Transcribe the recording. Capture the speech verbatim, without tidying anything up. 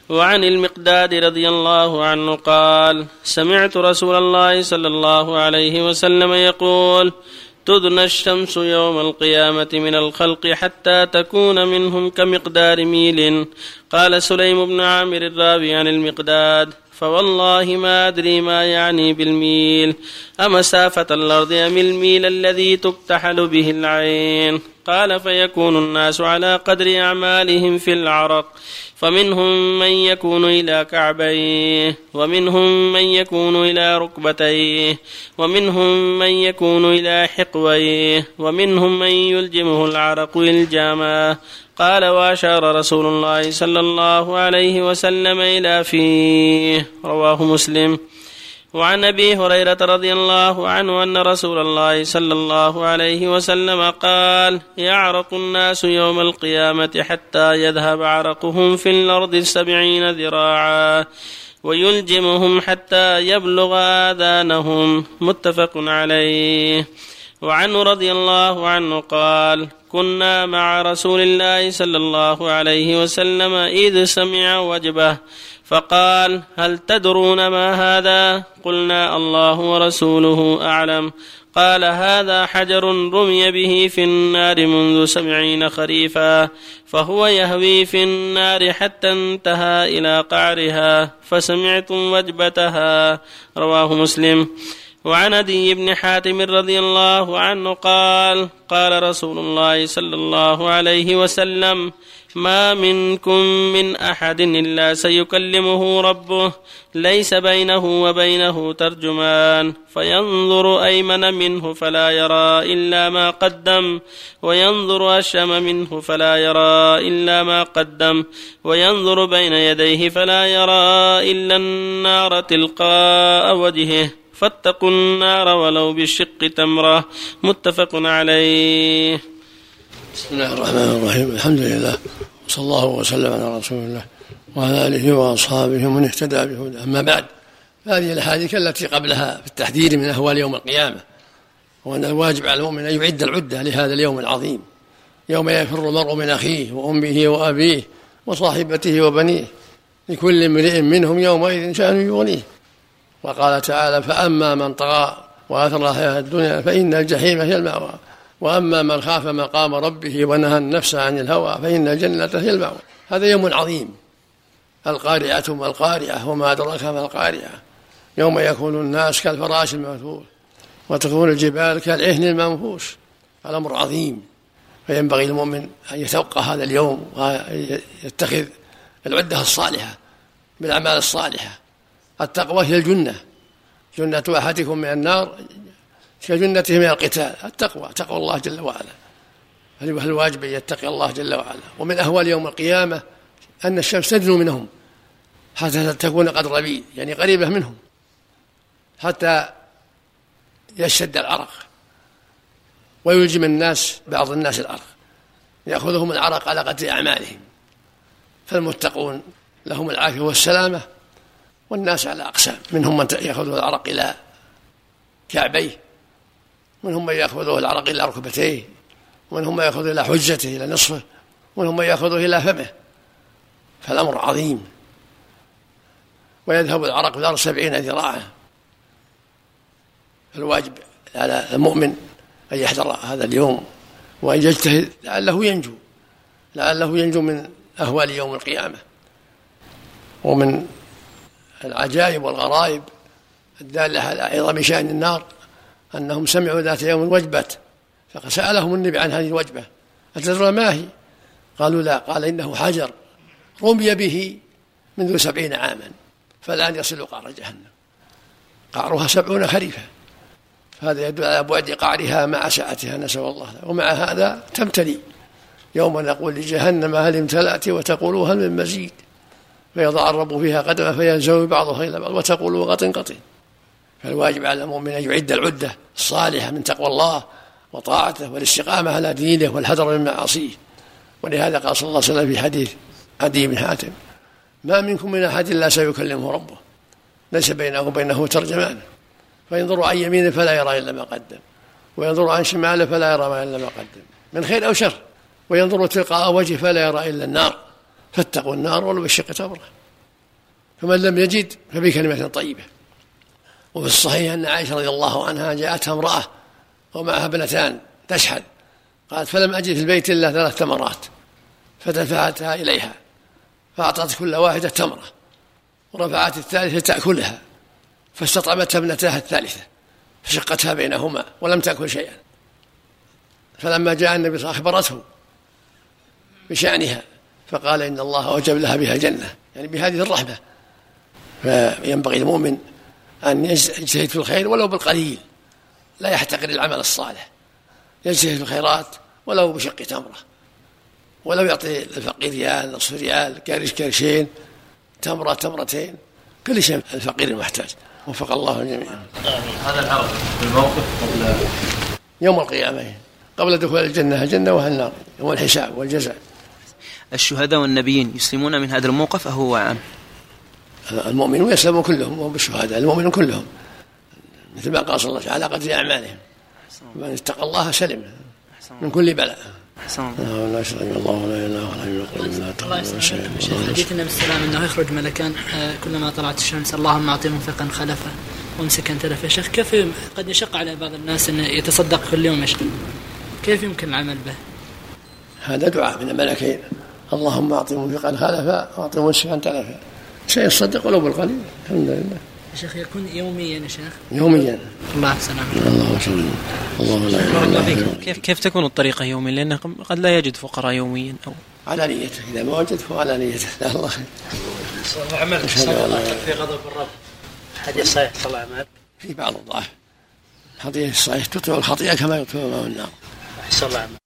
وعن المقداد رضي الله عنه قال: سمعت رسول الله صلى الله عليه وسلم يقول: تدنى الشمس يوم القيامة من الخلق حتى تكون منهم كمقدار ميل. قال سليم بن عامر الراوي عن المقداد: فوالله ما أدري ما يعني بالميل، أمسافة الأرض أم الميل الذي تكتحل به العين؟ قال: فيكون الناس على قدر أعمالهم في العرق، فمنهم من يكون إلى كعبيه، ومنهم من يكون إلى ركبتيه، ومنهم من يكون إلى حقويه، ومنهم من يلجمه العرق إلجاما. قال: وأشار رسول الله صلى الله عليه وسلم إلى فيه. رواه مسلم. وعن أبي هريرة رضي الله عنه أن رسول الله صلى الله عليه وسلم قال: يعرق الناس يوم القيامة حتى يذهب عرقهم في الأرض سبعين ذراعا، ويلجمهم حتى يبلغ آذانهم. متفق عليه. وعنه رضي الله عنه قال: كنا مع رسول الله صلى الله عليه وسلم إذ سمع وجبه فقال: هل تدرون ما هذا؟ قلنا: الله ورسوله أعلم. قال: هذا حجر رمي به في النار منذ سبعين خريفا، فهو يهوي في النار حتى انتهى إلى قعرها، فسمعتم وجبتها. رواه مسلم. وعن عدي بن حاتم رضي الله عنه قال: قال رسول الله صلى الله عليه وسلم: ما منكم من أحد إلا سيكلمه ربه، ليس بينه وبينه ترجمان، فينظر أيمن منه فلا يرى إلا ما قدم، وينظر أشأم منه فلا يرى إلا ما قدم، وينظر بين يديه فلا يرى إلا النار تلقاء وجهه، فاتقوا النار ولو بالشق تمرة. متفق عليه. بسم الله الرحمن الرحيم. الحمد لله، وصلى الله وسلم على رسول الله وعلى آله وأصحابه ومن اهتدى بهداه. أما بعد، هذه الأحاديث التي قبلها في التحذير من أهوال يوم القيامة، وأن الواجب على المؤمن أن يعد العدة لهذا اليوم العظيم، يوم يفر المرء من أخيه وأمه وأبيه وصاحبته وبنيه، لكل امرئ منهم يومئذ شأن يغنيه. وقال تعالى: فأما من طغى وآثر الحياة الدنيا فإن الجحيم هي المأوى، وأما من خاف مقام ربه ونهى النفس عن الهوى فإن الجنة هي المأوى. هذا يوم عظيم. القارعة ما القارعة وما أدراك ما القارعة، يوم يكون الناس كالفراش المبثوث وتكون الجبال كالعهن المنفوش. الأمر عظيم، فينبغي المؤمن أن يتوقع هذا اليوم ويتخذ العدة الصالحة بالأعمال الصالحة. التقوى هي الجنة، جنة أحدكم من النار كجنته من القتال. التقوى تقوى الله جل وعلا، الواجب أن يتقي الله جل وعلا. ومن أهوال يوم القيامة أن الشمس تدنو منهم حتى تكون قد ربيع، يعني قريبة منهم، حتى يشتد العرق ويلجم الناس، بعض الناس العرق، يأخذهم العرق على قدر أعمالهم. فالمتقون لهم العافية والسلامة، والناس على أقسام، منهم من يأخذه العرق إلى كعبيه، منهم من يأخذه العرق إلى ركبتيه، ومنهم من يأخذه إلى حجته إلى نصفه، ومنهم من يأخذه إلى فمه. فالأمر عظيم. ويذهب العرق بدار سبعين ذراعا. الواجب على المؤمن أن يحذر هذا اليوم وأن يجتهد لعله ينجو لعله ينجو من أهوال يوم القيامة. ومن العجائب والغرائب الدالة على عظم شأن النار أنهم سمعوا ذات يوم وجبت، فسألهم النبي عن هذه الوجبة: أتدرون ما هي؟ قالوا: لا. قال: إنه حجر رمي به منذ سبعين عاما، فالآن يصل قعر جهنم، قعرها سبعون خريفا. فهذا يدل على بعد قعرها مع سعتها، نسأل الله. ومع هذا تمتلي، يوم نقول لجهنم: هل امتلأت؟ وتقول: هل من مزيد؟ فيضع الرب فيها قدمه فينزوي بعضها إلى بعض وتقول: وقط قط. فالواجب على المؤمن أن يعد العدة الصالحة من تقوى الله وطاعته والاستقامة على دينه والحذر من معاصيه. ولهذا قال صلى الله عليه وسلم في حديث عدي بن حاتم: ما منكم من أحد إلا سيكلمه ربه، ليس بينه وبينه ترجمان، فينظر عن يمينه فلا يرى إلا ما قدم، وينظر عن شماله فلا يرى إلا ما قدم من خير أو شر، وينظر تلقاء وجهه فلا يرى إلا النار، فاتقوا النار ولو بالشق تمرة. فمن لم يجد فبكلمة طيبة. وفي الصحيح أن عائشة رضي الله عنها جاءتها امرأة ومعها ابنتان تشحذ، قالت فلم أجد في البيت إلا ثلاث تمرات، فدفعتها إليها فأعطت كل واحدة تمرة ورفعت الثالثة تأكلها، فاستطعمتها ابنتها الثالثة فشقتها بينهما ولم تأكل شيئا. فلما جاء النبي صلى الله عليه وسلم أخبرته بشأنها فقال إن الله أوجب لها بها الجنة، يعني بهذه الرحمة. فينبغي المؤمن أن يجتهد في الخير ولو بالقليل، لا يحتقر العمل الصالح، يجتهد في الخيرات ولو بشق تمرة، ولو يعطي الفقير ريال نصف ريال كرش كرشين تمرة تمرتين، كل شيء الفقير المحتاج. وفق الله الجميع. هذا العرض بالموقف قبل يوم القيامة قبل دخول الجنة الجنة والنار يوم الحساب والجزاء. الشهداء والنبيين يسلمون من هذا الموقف أهو عام؟ المؤمنون يسلمون كلهم وهم بالشهداء، المؤمنون كلهم مثل ما قال صلى الله عليه وسلم على قدر أعمالهم، من اتقى الله سلم من كل بلاء. لا أشهد أن الله لا إله إلا الله. حديث النبي صلى الله عليه وسلم أنه يخرج ملكان كلما طلعت الشمس اللهم أعطي منفقا خلفا ومسكا تلفا. شيخ كيف قد يشق على بعض الناس أن يتصدق كل يوم يشتغل، كيف يمكن العمل به؟ هذا دعاء من الملكين، اللهم أعطي منفقا خلفا وأعطي ممسكا تلفا، سيصدق ولو بالقليل. الحمد لله. شيخ يكون يوميا يا شيخ؟ يوميا. الله سلام. الله سلام. الله لا إله إلا الله. كيف كيف تكون الطريقة يوميا؟ لأنه قد لا يجد فقراء يوميا أو على نيته، إذا ما وجد فعلى نيته. لا الله خير. عمل في غضب الرب حديث صحيح صلى الله عليه وسلم في بعض الضعف. الحديث الصحيح تطفئ الخطيئة كما يطفئ الماء النار. صلى الله عليه وسلم.